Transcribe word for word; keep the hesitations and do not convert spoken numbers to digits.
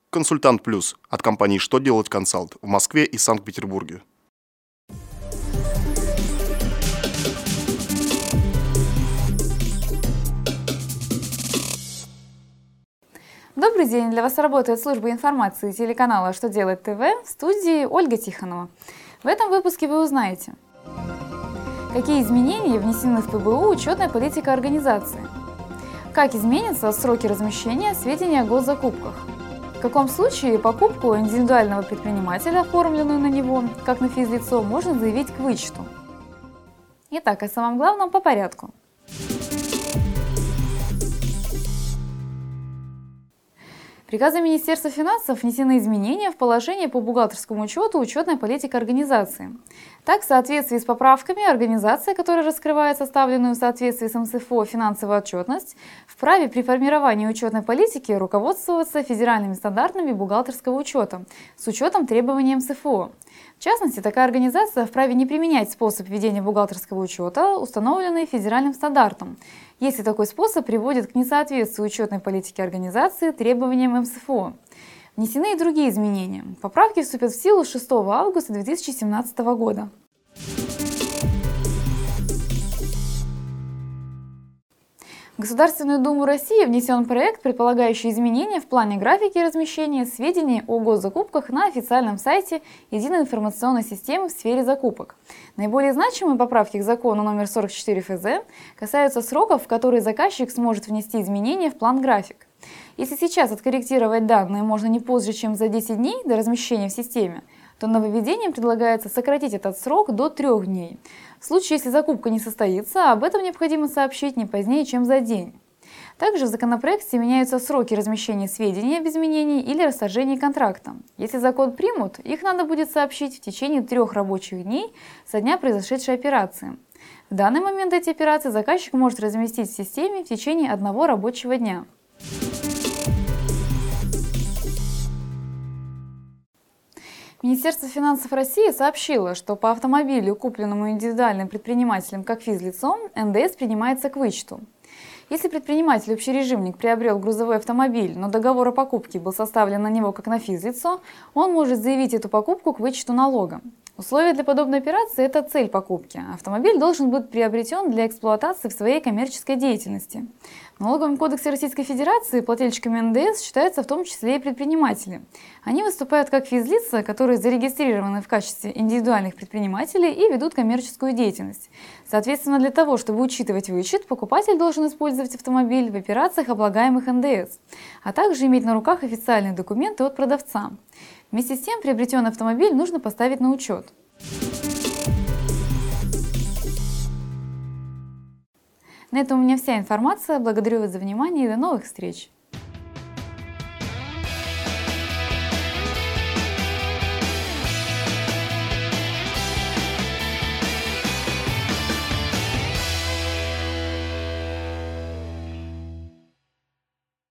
Консультант Плюс от компании «Что делать консалт» в Москве и Санкт-Петербурге. Добрый день! Для вас работает служба информации телеканала «Что делать ТВ», в студии Ольга Тихонова. В этом выпуске вы узнаете, какие изменения внесены в ПБУ учетная политика организации, как изменятся сроки размещения сведений о госзакупках, в каком случае покупку индивидуального предпринимателя, оформленную на него, как на физлицо, можно заявить к вычету. Итак, о самом главном по порядку. Приказом Министерства финансов внесены изменения в положение по бухгалтерскому учету учетной политики организации. Так, в соответствии с поправками, организация, которая раскрывает составленную в соответствии с эм эс эф о финансовую отчетность, вправе при формировании учетной политики руководствоваться федеральными стандартами бухгалтерского учета с учетом требований эм эс эф о. В частности, такая организация вправе не применять способ ведения бухгалтерского учета, установленный федеральным стандартом, если такой способ приводит к несоответствию учетной политики организации требованиям эм эс эф о. Внесены и другие изменения. Поправки вступят в силу с шестого августа две тысячи семнадцатого года. В Государственную Думу России внесен проект, предполагающий изменения в плане графики размещения сведений о госзакупках на официальном сайте Единой информационной системы в сфере закупок. Наиболее значимые поправки к закону номер сорок четыре эф зэ касаются сроков, в которые заказчик сможет внести изменения в план-график. Если сейчас откорректировать данные можно не позже, чем за десять дней до размещения в системе, то нововведением предлагается сократить этот срок до трех дней. В случае, если закупка не состоится, об этом необходимо сообщить не позднее, чем за день. Также в законопроекте меняются сроки размещения сведений об изменении или расторжении контракта. Если закон примут, их надо будет сообщить в течение трех рабочих дней со дня произошедшей операции. В данный момент эти операции заказчик может разместить в системе в течение одного рабочего дня. Министерство финансов России сообщило, что по автомобилю, купленному индивидуальным предпринимателем как физлицом, эн дэ эс принимается к вычету. Если предприниматель-общережимник приобрел грузовой автомобиль, но договор о покупке был составлен на него как на физлицо, он может заявить эту покупку к вычету налога. Условия для подобной операции – это цель покупки. Автомобиль должен быть приобретен для эксплуатации в своей коммерческой деятельности. В Налоговом кодексе Российской Федерации плательщиками эн дэ эс считаются в том числе и предприниматели. Они выступают как физлица, которые зарегистрированы в качестве индивидуальных предпринимателей и ведут коммерческую деятельность. Соответственно, для того, чтобы учитывать вычет, покупатель должен использовать автомобиль в операциях, облагаемых эн дэ эс, а также иметь на руках официальные документы от продавца. Вместе с тем, приобретенный автомобиль нужно поставить на учет. На этом у меня вся информация. Благодарю вас за внимание и до новых встреч!